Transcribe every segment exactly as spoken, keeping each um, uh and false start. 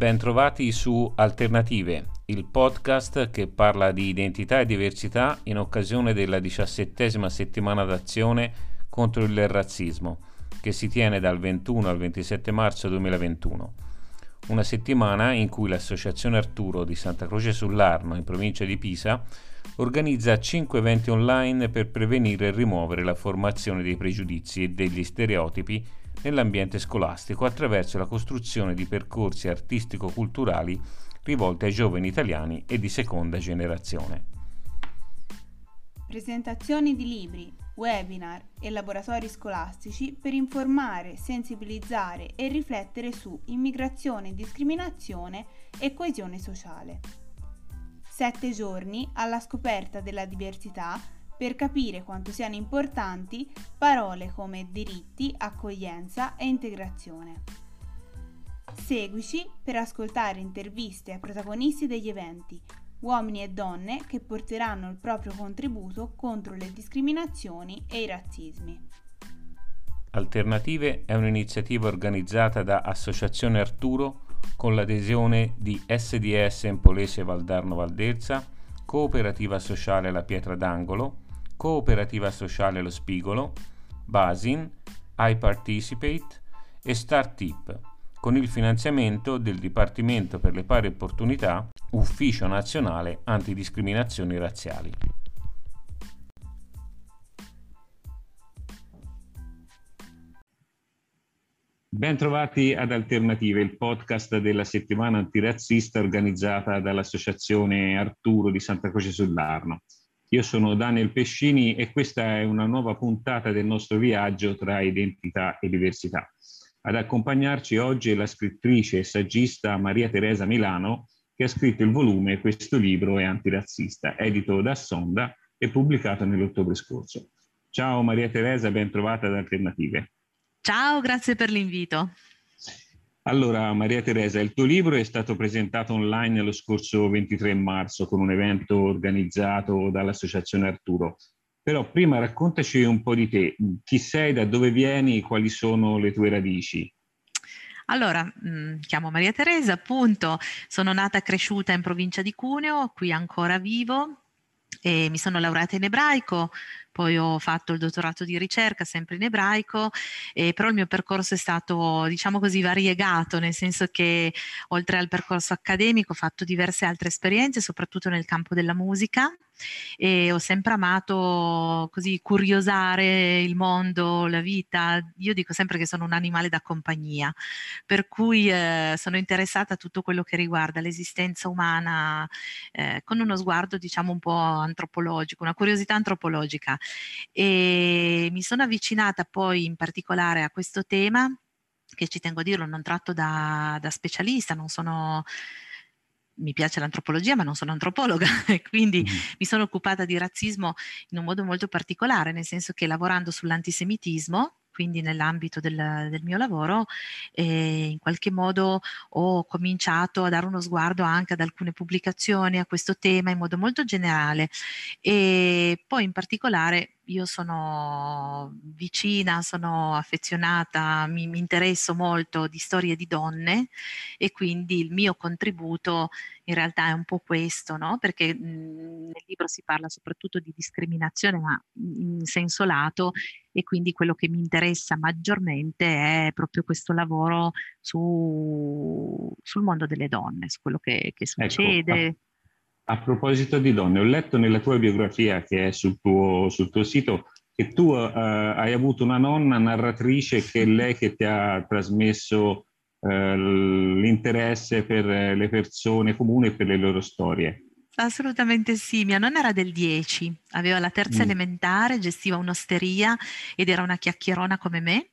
Bentrovati su Alternative, il podcast che parla di identità e diversità in occasione della diciassettesima settimana d'azione contro il razzismo, che si tiene dal ventuno al ventisette marzo duemilaventuno. Una settimana in cui l'Associazione Arturo di Santa Croce sull'Arno, in provincia di Pisa, organizza cinque eventi online per prevenire e rimuovere la formazione dei pregiudizi e degli stereotipi nell'ambiente scolastico attraverso la costruzione di percorsi artistico-culturali rivolti ai giovani italiani e di seconda generazione. Presentazioni di libri, webinar e laboratori scolastici per informare, sensibilizzare e riflettere su immigrazione, discriminazione e coesione sociale. Sette giorni alla scoperta della diversità per capire quanto siano importanti parole come diritti, accoglienza e integrazione. Seguici per ascoltare interviste ai protagonisti degli eventi, uomini e donne che porteranno il proprio contributo contro le discriminazioni e i razzismi. Alternative è un'iniziativa organizzata da Associazione Arturo con l'adesione di S D S Empolese Valdarno Valdelsa, Cooperativa Sociale La Pietra d'Angolo, Cooperativa Sociale Lo Spigolo, Basin, iParticipate e StartTip, con il finanziamento del Dipartimento per le Pari Opportunità, Ufficio Nazionale Antidiscriminazioni Razziali. Bentrovati ad Alternative, il podcast della settimana antirazzista organizzata dall'Associazione Arturo di Santa Croce sull'Arno. Io sono Daniel Pescini e questa è una nuova puntata del nostro viaggio tra identità e diversità. Ad accompagnarci oggi è la scrittrice e saggista Maria Teresa Milano, che ha scritto il volume Questo libro è antirazzista, edito da Sonda e pubblicato nell'ottobre scorso. Ciao Maria Teresa, ben trovata ad Alternative. Ciao, grazie per l'invito. Allora, Maria Teresa, il tuo libro è stato presentato online lo scorso ventitré marzo con un evento organizzato dall'Associazione Arturo. Però prima raccontaci un po' di te. Chi sei, da dove vieni, quali sono le tue radici? Allora, mi chiamo Maria Teresa, appunto, sono nata e cresciuta in provincia di Cuneo, qui ancora vivo e mi sono laureata in ebraico. Poi ho fatto il dottorato di ricerca sempre in ebraico, eh, però il mio percorso è stato, diciamo così, variegato, nel senso che oltre al percorso accademico ho fatto diverse altre esperienze, soprattutto nel campo della musica, e ho sempre amato così curiosare il mondo, la vita. Io dico sempre che sono un animale da compagnia, per cui eh, sono interessata a tutto quello che riguarda l'esistenza umana eh, con uno sguardo, diciamo, un po' antropologico, una curiosità antropologica. E mi sono avvicinata poi in particolare a questo tema, che ci tengo a dirlo, non tratto da, da specialista, non sono, mi piace l'antropologia ma non sono antropologa e quindi mm. mi sono occupata di razzismo in un modo molto particolare, nel senso che lavorando sull'antisemitismo, quindi nell'ambito del, del mio lavoro, eh, in qualche modo ho cominciato a dare uno sguardo anche ad alcune pubblicazioni a questo tema in modo molto generale, e poi in particolare io sono vicina, sono affezionata, mi, mi interesso molto di storie di donne e quindi il mio contributo in realtà è un po' questo, no? Perché mh, nel libro si parla soprattutto di discriminazione ma in senso lato, e quindi quello che mi interessa maggiormente è proprio questo lavoro su, sul mondo delle donne, su quello che, che succede. Ecco, a, a proposito di donne, ho letto nella tua biografia che è sul tuo, sul tuo sito che tu uh, hai avuto una nonna narratrice che è lei che ti ha trasmesso uh, l'interesse per le persone comuni e per le loro storie. Assolutamente sì, mia nonna era del dieci, aveva la terza mm. elementare, gestiva un'osteria ed era una chiacchierona come me.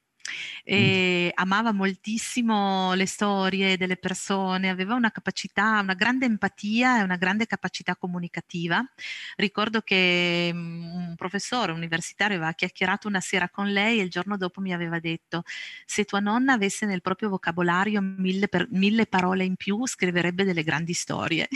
E mm. amava moltissimo le storie delle persone, aveva una capacità, una grande empatia e una grande capacità comunicativa. Ricordo che un professore universitario aveva chiacchierato una sera con lei e il giorno dopo mi aveva detto: se tua nonna avesse nel proprio vocabolario mille, per, mille parole in più scriverebbe delle grandi storie.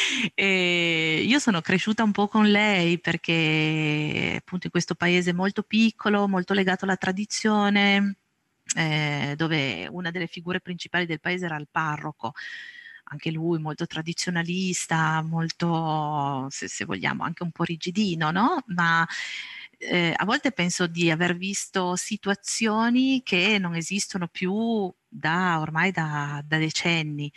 E io sono cresciuta un po' con lei perché appunto in questo paese molto piccolo, molto legato alla tradizione, eh, dove una delle figure principali del paese era il parroco. anche lui molto tradizionalista, molto, se, se vogliamo, anche un po' rigidino, no? Ma eh, a volte penso di aver visto situazioni che non esistono più da ormai da, da decenni.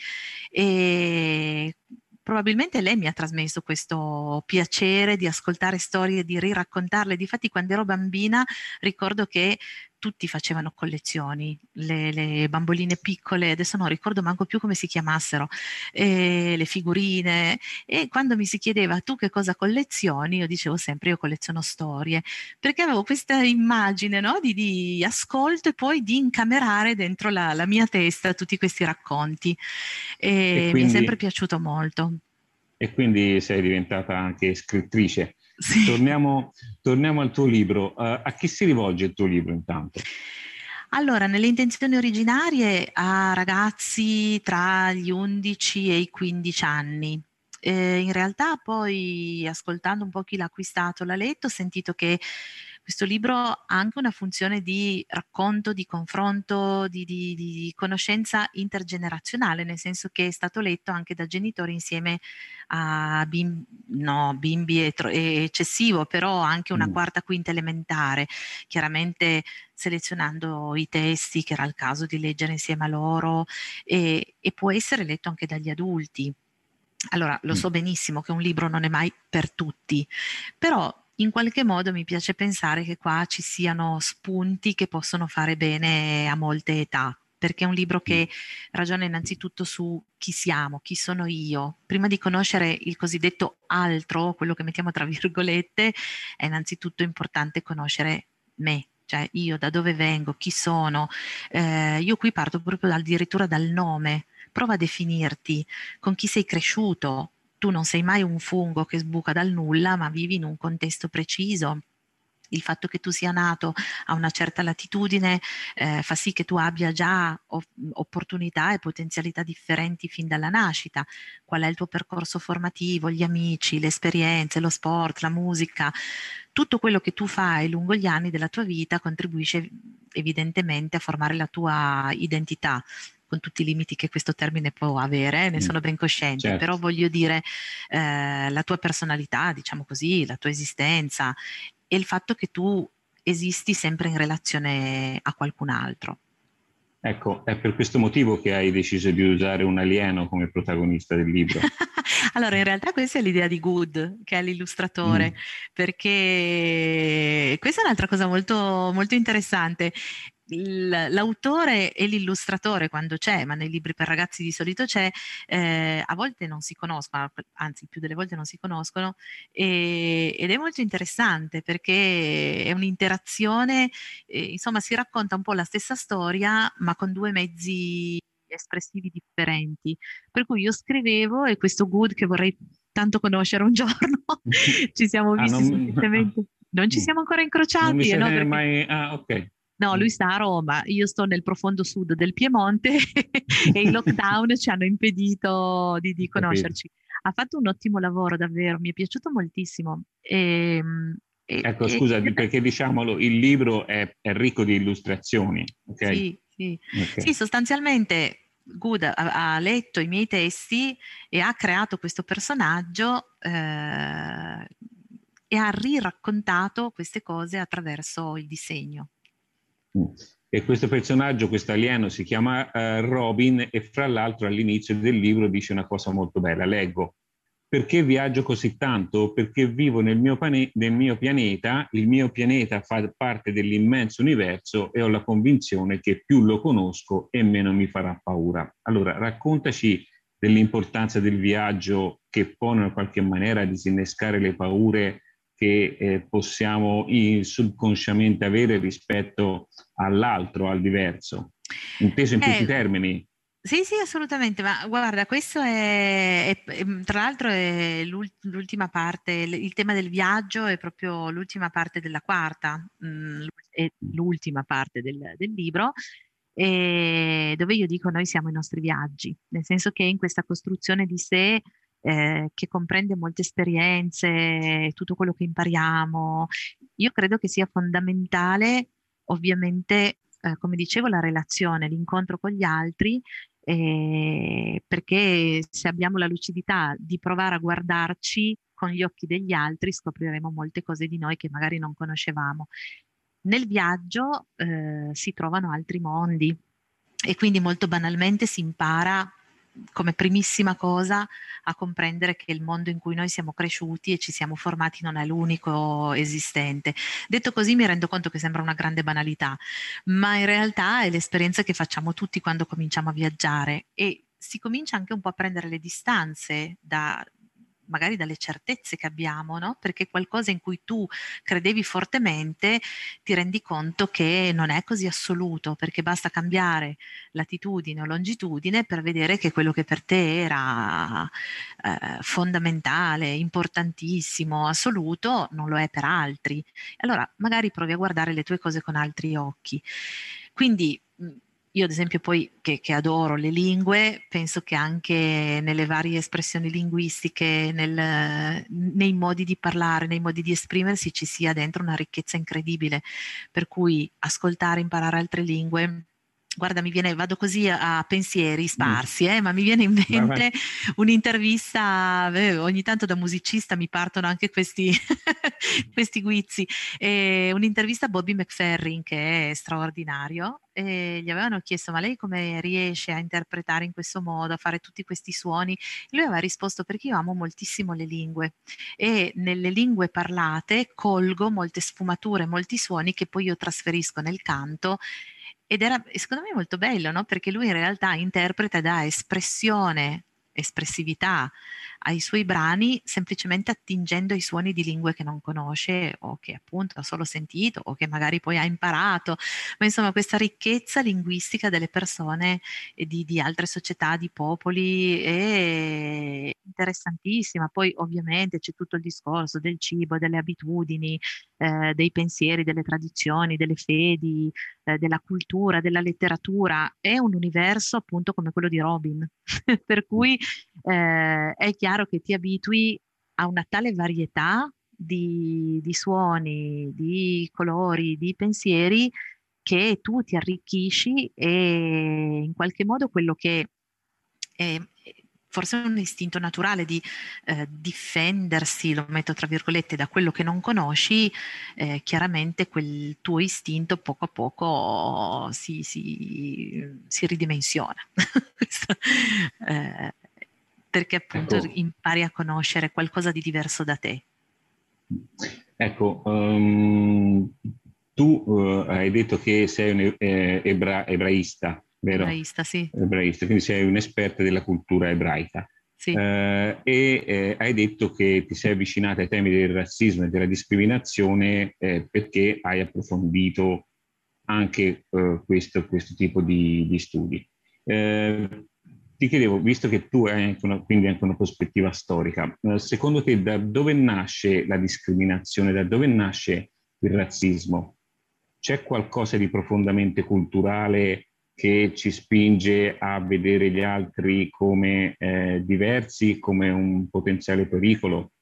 E probabilmente lei mi ha trasmesso questo piacere di ascoltare storie, di riraccontarle. Difatti, quando ero bambina ricordo che tutti facevano collezioni, le, le bamboline piccole, adesso non ricordo manco più come si chiamassero, e le figurine. E quando mi si chiedeva tu che cosa collezioni, io dicevo sempre io colleziono storie, perché avevo questa immagine, no, di, di ascolto e poi di incamerare dentro la, la mia testa tutti questi racconti. E E mi è sempre quindi, piaciuto molto. e quindi sei diventata anche scrittrice. Sì. Torniamo, torniamo al tuo libro. Uh, a chi si rivolge il tuo libro intanto? Allora, nelle intenzioni originarie a ragazzi tra gli undici e i quindici anni. Eh, in realtà poi, ascoltando un po' chi l'ha acquistato, l'ha letto, ho sentito che questo libro ha anche una funzione di racconto, di confronto, di, di, di conoscenza intergenerazionale, nel senso che è stato letto anche da genitori insieme a bimbi, no, bimbi è, tro- è eccessivo, però anche una Mm. quarta, quinta elementare, chiaramente selezionando i testi che era il caso di leggere insieme a loro, e, e può essere letto anche dagli adulti. Allora, lo so benissimo che un libro non è mai per tutti, però in qualche modo mi piace pensare che qua ci siano spunti che possono fare bene a molte età, perché è un libro che ragiona innanzitutto su chi siamo, chi sono io. Prima di conoscere il cosiddetto altro, quello che mettiamo tra virgolette, è innanzitutto importante conoscere me. Cioè io da dove vengo, chi sono. Eh, io qui parto proprio addirittura dal nome. Prova a definirti con chi sei cresciuto. Tu non sei mai un fungo che sbuca dal nulla, ma vivi in un contesto preciso. Il fatto che tu sia nato a una certa latitudine eh, fa sì che tu abbia già o- opportunità e potenzialità differenti fin dalla nascita. Qual è il tuo percorso formativo, gli amici, le esperienze, lo sport, la musica, tutto quello che tu fai lungo gli anni della tua vita contribuisce evidentemente a formare la tua identità, con tutti i limiti che questo termine può avere, ne sono ben cosciente, Certo. però voglio dire eh, la tua personalità, diciamo così, la tua esistenza e il fatto che tu esisti sempre in relazione a qualcun altro. Ecco, è per questo motivo che hai deciso di usare un alieno come protagonista del libro. Allora, in realtà questa è l'idea di Good, che è l'illustratore, Mm. perché questa è un'altra cosa molto, molto interessante. Il- L'autore e l'illustratore, quando c'è, ma nei libri per ragazzi di solito c'è, eh, a volte non si conoscono, anzi, il più delle volte non si conoscono, e- ed è molto interessante perché è un'interazione, eh, insomma, si racconta un po' la stessa storia, ma con due mezzi espressivi differenti. Per cui io scrivevo e questo Good che vorrei tanto conoscere un giorno, ci siamo Ah, visti non, semplicemente, non ci mm. siamo ancora Non vi incrociati, eh, no? siete Perché mai... Ah, ok. no, Mm. lui sta a Roma, io sto nel profondo sud del Piemonte e i lockdown ci hanno impedito di, di Ho capito. conoscerci. Ha fatto un ottimo lavoro, davvero, mi è piaciuto moltissimo. E, e- Ecco, e- scusa, perché diciamolo, il libro è, è ricco di illustrazioni, ok? Sì, sì. Sì, Ok. sostanzialmente Good ha, ha letto i miei testi e ha creato questo personaggio eh, e ha riraccontato queste cose attraverso il disegno. Mm. E questo personaggio, questo alieno, si chiama eh, Robin e fra l'altro all'inizio del libro dice una cosa molto bella, leggo. Perché viaggio così tanto? Perché vivo nel mio, pane- nel mio pianeta, il mio pianeta fa parte dell'immenso universo e ho la convinzione che più lo conosco e meno mi farà paura. Allora, raccontaci dell'importanza del viaggio che può in qualche maniera disinnescare le paure che eh, possiamo in, subconsciamente avere rispetto all'altro, al diverso, inteso in questi Eh, termini. Sì, sì, assolutamente, ma guarda, questo è, è- è- tra l'altro è l'ul- l'ultima parte, l- il tema del viaggio è proprio l'ultima parte della quarta, mm, è l'ultima parte del, del libro, e dove io dico noi siamo i nostri viaggi, nel senso che in questa costruzione di sé, eh, che comprende molte esperienze, tutto quello che impariamo, io credo che sia fondamentale, ovviamente, eh, come dicevo, la relazione, l'incontro con gli altri, eh, perché se abbiamo la lucidità di provare a guardarci con gli occhi degli altri, scopriremo molte cose di noi che magari non conoscevamo. Nel viaggio eh, si trovano altri mondi e quindi molto banalmente si impara come primissima cosa a comprendere che il mondo in cui noi siamo cresciuti e ci siamo formati non è l'unico esistente. Detto così mi rendo conto che sembra una grande banalità, ma in realtà è l'esperienza che facciamo tutti quando cominciamo a viaggiare e si comincia anche un po' a prendere le distanze da magari dalle certezze che abbiamo, no? Perché qualcosa in cui tu credevi fortemente ti rendi conto che non è così assoluto, perché basta cambiare latitudine o longitudine per vedere che quello che per te era eh, fondamentale, importantissimo, assoluto, non lo è per altri. Allora magari provi a guardare le tue cose con altri occhi. Quindi io ad esempio poi che, che adoro le lingue, penso che anche nelle varie espressioni linguistiche, nel, nei modi di parlare, nei modi di esprimersi ci sia dentro una ricchezza incredibile, per cui ascoltare, imparare altre lingue. Guarda, mi viene, vado così a, a pensieri sparsi, eh, ma mi viene in Vai, vai. mente un'intervista, eh, ogni tanto da musicista mi partono anche questi, questi guizzi, eh, un'intervista a Bobby McFerrin che è straordinario e gli avevano chiesto ma lei come riesce a interpretare in questo modo, a fare tutti questi suoni? Lui aveva risposto perché io amo moltissimo le lingue e nelle lingue parlate colgo molte sfumature, molti suoni che poi io trasferisco nel canto. Ed era secondo me molto bello, no? Perché lui in realtà interpreta e dà espressione, espressività ai suoi brani semplicemente attingendo ai suoni di lingue che non conosce o che appunto ha solo sentito o che magari poi ha imparato. Ma insomma questa ricchezza linguistica delle persone e di, di altre società, di popoli è interessantissima. Poi ovviamente c'è tutto il discorso del cibo, delle abitudini, eh, dei pensieri, delle tradizioni, delle fedi, eh, della cultura, della letteratura. È un universo appunto come quello di Robin, per cui eh, è chiaro che ti abitui a una tale varietà di, di suoni, di colori, di pensieri che tu ti arricchisci e in qualche modo quello che è, forse è un istinto naturale di eh, difendersi, lo metto tra virgolette, da quello che non conosci, eh, chiaramente quel tuo istinto poco a poco si, si, si ridimensiona. Questo, eh, perché appunto Ecco, impari a conoscere qualcosa di diverso da te. ecco, um, tu uh, hai detto che sei un eh, ebra- ebraista, vero? Ebraista, sì, Ebraista, quindi sei un'esperta della cultura ebraica. sì. Eh, e eh, hai detto che ti sei avvicinata ai temi del razzismo e della discriminazione eh, perché hai approfondito anche eh, questo, questo tipo di, di studi. Eh, ti chiedevo, visto che tu hai anche una, quindi anche una prospettiva storica, eh, secondo te da dove nasce la discriminazione, da dove nasce il razzismo? C'è qualcosa di profondamente culturale che ci spinge a vedere gli altri come eh, diversi, come un potenziale pericolo?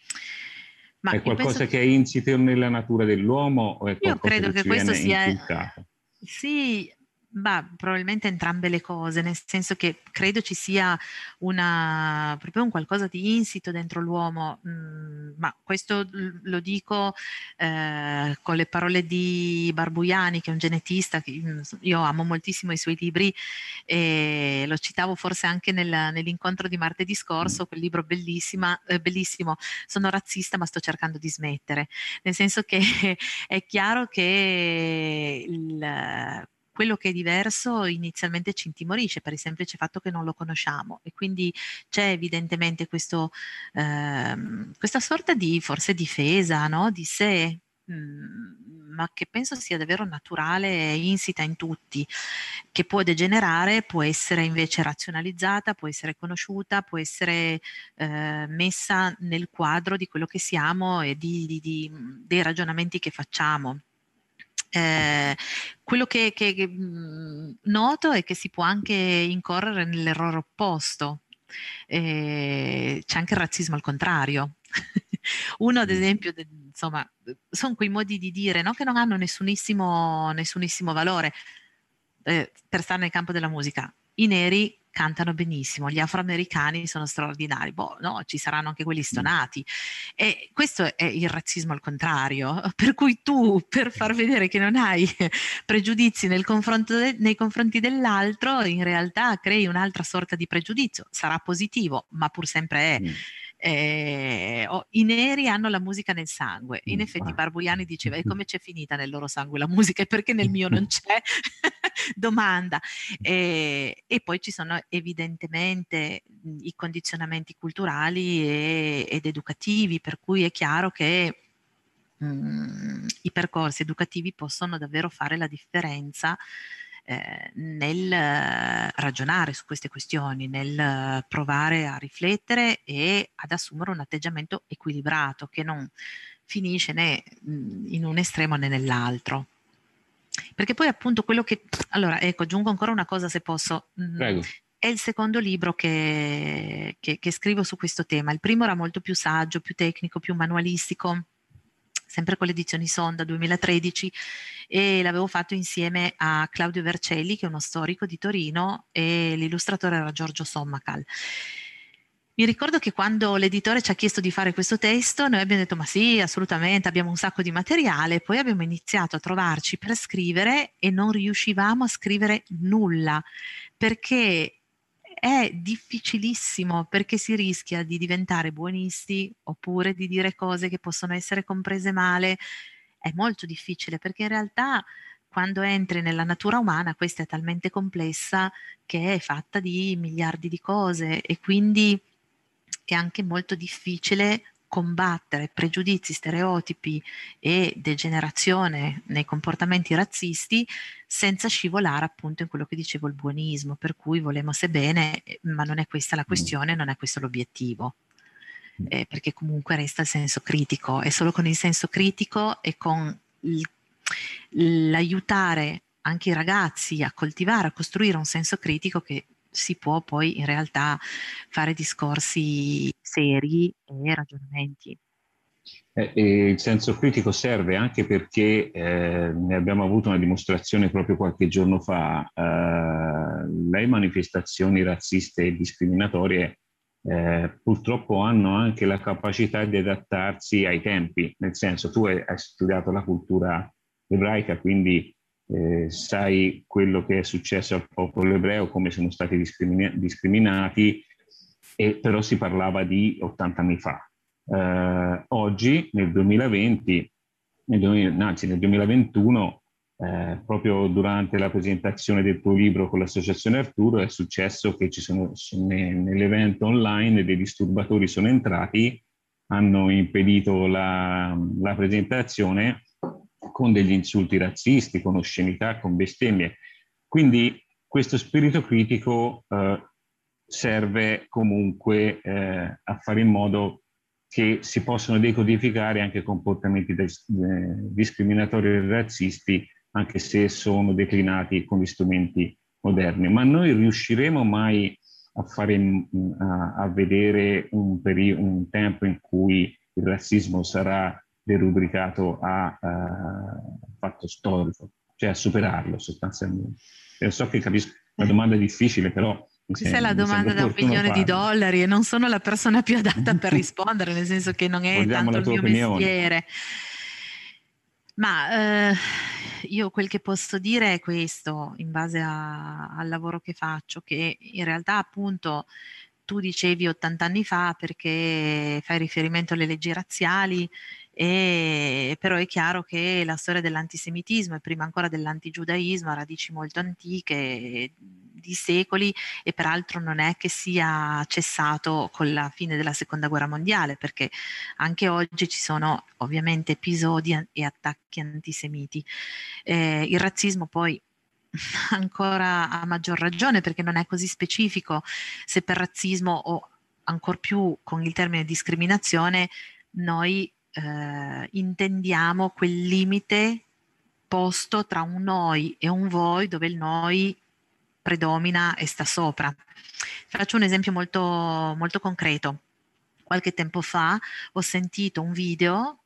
Ma È io penso qualcosa che è insito nella natura dell'uomo o è Io qualcosa credo che che ci questo viene sia, inculcato? sì, ma probabilmente entrambe le cose, nel senso che credo ci sia una, proprio un qualcosa di insito dentro l'uomo, mm, ma questo l- lo dico eh, con le parole di Barbuiani, che è un genetista, che mm, io amo moltissimo i suoi libri e lo citavo forse anche nel- nell'incontro di martedì scorso, quel libro bellissima, eh, bellissimo, sono razzista ma sto cercando di smettere, nel senso che è chiaro che il, quello che è diverso inizialmente ci intimorisce per il semplice fatto che non lo conosciamo e quindi c'è evidentemente questo, ehm, questa sorta di forse difesa, no? Di sé, mh, ma che penso sia davvero naturale e insita in tutti, che può degenerare, può essere invece razionalizzata, può essere conosciuta, può essere eh, messa nel quadro di quello che siamo e di, di- di- dei ragionamenti che facciamo. Eh, quello che, che- che, mh, noto è che si può anche incorrere nell'errore opposto. Eh, c'è anche il razzismo al contrario. Uno, ad esempio, de- insomma, sono quei modi di dire, no, che non hanno nessunissimo, nessunissimo valore. Eh, per stare nel campo della musica. I neri cantano benissimo, gli afroamericani sono straordinari, boh, no, ci saranno anche quelli stonati. E questo è il razzismo al contrario, per cui tu, per far vedere che non hai pregiudizi nel confronto de- nei confronti dell'altro, in realtà crei un'altra sorta di pregiudizio. Sarà positivo, ma pur sempre è. Mm. Eh, oh, i neri hanno la musica nel sangue. In Mm. effetti Barbugliani diceva: e come c'è finita nel loro sangue la musica e perché nel mio non c'è? Domanda. E, e poi ci sono evidentemente i condizionamenti culturali e, ed educativi, per cui è chiaro che mh, i percorsi educativi possono davvero fare la differenza eh, nel eh, ragionare su queste questioni, nel eh, provare a riflettere e ad assumere un atteggiamento equilibrato che non finisce né mh, in un estremo né nell'altro. Perché poi appunto quello che... Allora, ecco, aggiungo ancora una cosa se posso. Mm, Prego. È il secondo libro che, che- che scrivo su questo tema. Il primo era molto più saggio, più tecnico, più manualistico, sempre con le edizioni Sonda duemilatredici, e l'avevo fatto insieme a Claudio Vercelli, che è uno storico di Torino, e l'illustratore era Giorgio Sommacal. Mi ricordo che quando l'editore ci ha chiesto di fare questo testo, noi abbiamo detto: ma sì, assolutamente, abbiamo un sacco di materiale. Poi abbiamo iniziato a trovarci per scrivere e non riuscivamo a scrivere nulla, perché è difficilissimo, perché si rischia di diventare buonisti oppure di dire cose che possono essere comprese male. È molto difficile, perché in realtà quando entri nella natura umana questa è talmente complessa che è fatta di miliardi di cose, e quindi è anche molto difficile combattere pregiudizi, stereotipi e degenerazione nei comportamenti razzisti senza scivolare appunto in quello che dicevo, il buonismo, per cui volemo se bene, ma non è questa la questione, non è questo l'obiettivo. Eh, perché comunque resta il senso critico, e solo con il senso critico e con il, l'aiutare anche i ragazzi a coltivare, a costruire un senso critico, che si può poi in realtà fare discorsi seri e ragionamenti. Eh, e il senso critico serve anche perché eh, ne abbiamo avuto una dimostrazione proprio qualche giorno fa. Eh, le manifestazioni razziste e discriminatorie eh, purtroppo hanno anche la capacità di adattarsi ai tempi, nel senso, tu hai, hai studiato la cultura ebraica, quindi eh, sai quello che è successo al popolo ebreo, come sono stati discrimina- discriminati, e però si parlava di ottanta anni fa. Eh, oggi, nel duemilaventi, nel duemila, anzi nel duemilaventuno, eh, proprio durante la presentazione del tuo libro con l'Associazione Arturo, è successo che ci sono, nell'evento online dei disturbatori sono entrati, hanno impedito la, la presentazione con degli insulti razzisti, con oscenità, con bestemmie. Quindi questo spirito critico eh, serve comunque eh, a fare in modo che si possano decodificare anche comportamenti des- eh, discriminatori e razzisti, anche se sono declinati con gli strumenti moderni. Ma noi riusciremo mai a, fare, a, a vedere un, periodo, un tempo in cui il razzismo sarà derubricato a, a fatto storico, cioè a superarlo sostanzialmente? Io so che capisco, è una domanda difficile, però Questa è la domanda da un opportuno milione di farlo. dollari e non sono la persona più adatta per rispondere, nel senso che non è Vogliamo tanto la il tua mio opinione. mestiere. Ma eh, io quel che posso dire è questo, in base a- al lavoro che faccio, che in realtà appunto tu dicevi ottanta anni fa perché fai riferimento alle leggi razziali, e, però è chiaro che la storia dell'antisemitismo e prima ancora dell'antigiudaismo ha radici molto antiche, di secoli, e peraltro non è che sia cessato con la fine della seconda guerra mondiale, perché anche oggi ci sono ovviamente episodi e attacchi antisemiti. Eh, il razzismo poi ancora a maggior ragione, perché non è così specifico. Se per razzismo, o ancor più con il termine discriminazione, noi eh, intendiamo quel limite posto tra un noi e un voi, dove il noi predomina e sta sopra. Faccio un esempio molto, molto concreto. Qualche tempo fa ho sentito un video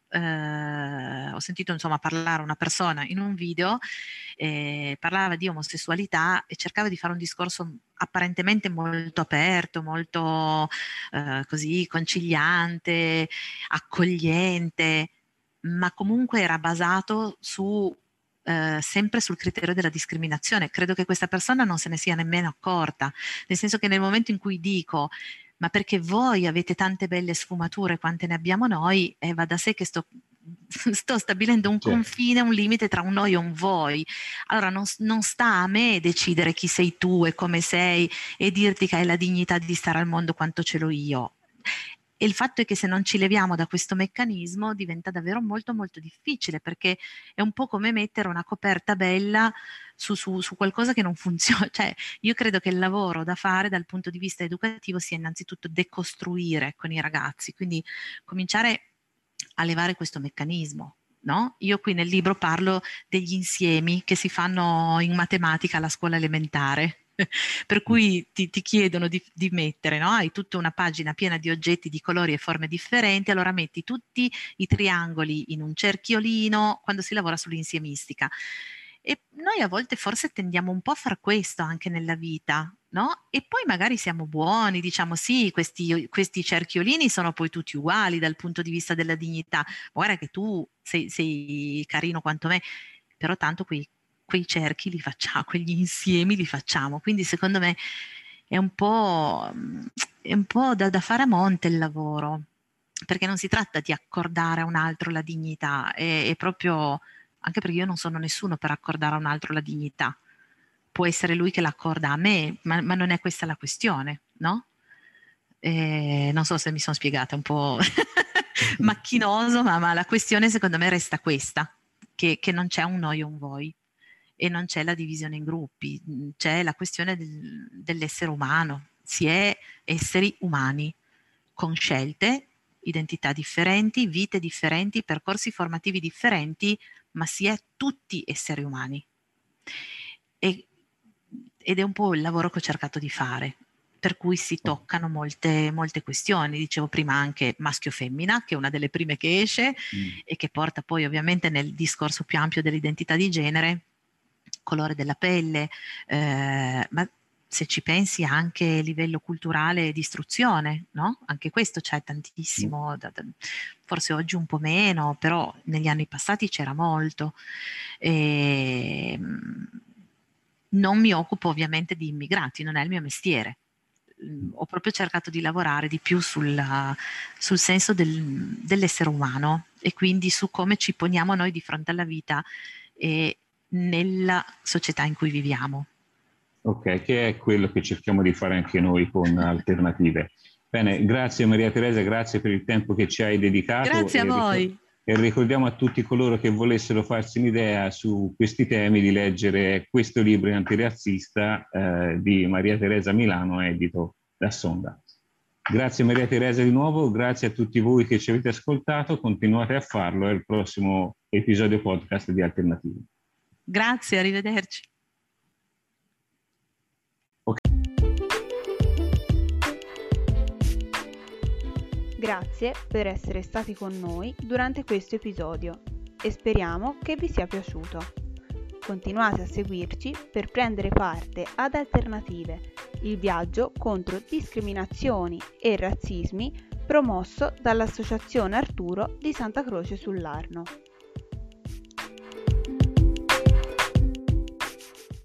eh, ho sentito insomma parlare una persona in un video, eh, parlava di omosessualità e cercava di fare un discorso apparentemente molto aperto, molto eh, così conciliante, accogliente, ma comunque era basato su eh, sempre sul criterio della discriminazione. Credo che questa persona non se ne sia nemmeno accorta, nel senso che nel momento in cui dico ma perché voi avete tante belle sfumature quante ne abbiamo noi, eh, va da sé che sto, sto stabilendo un Certo. confine, un limite tra un noi e un voi. Allora non, non sta a me decidere chi sei tu e come sei e dirti che hai la dignità di stare al mondo quanto ce l'ho io. E il fatto è che se non ci leviamo da questo meccanismo diventa davvero molto molto difficile, perché è un po' come mettere una coperta bella su, su, su qualcosa che non funziona. Cioè, io credo che il lavoro da fare dal punto di vista educativo sia innanzitutto decostruire con i ragazzi, quindi cominciare a levare questo meccanismo. No? Io qui nel libro parlo degli insiemi che si fanno in matematica alla scuola elementare. Per cui ti, ti chiedono di, di mettere, no? Hai tutta una pagina piena di oggetti di colori e forme differenti, allora metti tutti i triangoli in un cerchiolino quando si lavora sull'insiemistica. E noi a volte forse tendiamo un po' a far questo anche nella vita, no? E poi magari siamo buoni, diciamo sì, questi, questi cerchiolini sono poi tutti uguali dal punto di vista della dignità. Guarda che tu sei, sei carino quanto me, però tanto qui quei cerchi li facciamo, quegli insiemi li facciamo, quindi secondo me è un po', è un po' da, da fare a monte il lavoro, perché non si tratta di accordare a un altro la dignità, è, è proprio, anche perché io non sono nessuno per accordare a un altro la dignità, può essere lui che l'accorda a me, ma, ma non è questa la questione, no? E non so se mi sono spiegata, un po' macchinoso, ma, ma la questione secondo me resta questa, che, che non c'è un noi o un voi. E non c'è la divisione in gruppi, c'è la questione del, dell'essere umano, si è esseri umani, con scelte, identità differenti, vite differenti, percorsi formativi differenti, ma si è tutti esseri umani. E, ed è un po' il lavoro che ho cercato di fare, per cui si toccano molte, molte questioni. Dicevo prima anche maschio-femmina, che è una delle prime che esce mm. e che porta poi ovviamente nel discorso più ampio dell'identità di genere, colore della pelle, eh, ma se ci pensi anche a livello culturale e di istruzione, no? Anche questo c'è tantissimo, da, da, forse oggi un po' meno, però negli anni passati c'era molto. E, non mi occupo ovviamente di immigrati, non è il mio mestiere. Ho proprio cercato di lavorare di più sul, sul senso del, dell'essere umano e quindi su come ci poniamo noi di fronte alla vita e nella società in cui viviamo. Ok, che è quello che cerchiamo di fare anche noi con Alternative. Bene, grazie Maria Teresa, grazie per il tempo che ci hai dedicato. Grazie a voi. E ricordiamo a tutti coloro che volessero farsi un'idea su questi temi di leggere questo libro antirazzista eh, di Maria Teresa Milano, edito da Sonda. Grazie Maria Teresa di nuovo, grazie a tutti voi che ci avete ascoltato, continuate a farlo, è il prossimo episodio podcast di Alternative. Grazie, arrivederci. Okay. Grazie per essere stati con noi durante questo episodio e speriamo che vi sia piaciuto. Continuate a seguirci per prendere parte ad Alternative, il viaggio contro discriminazioni e razzismi promosso dall'Associazione Arturo di Santa Croce sull'Arno.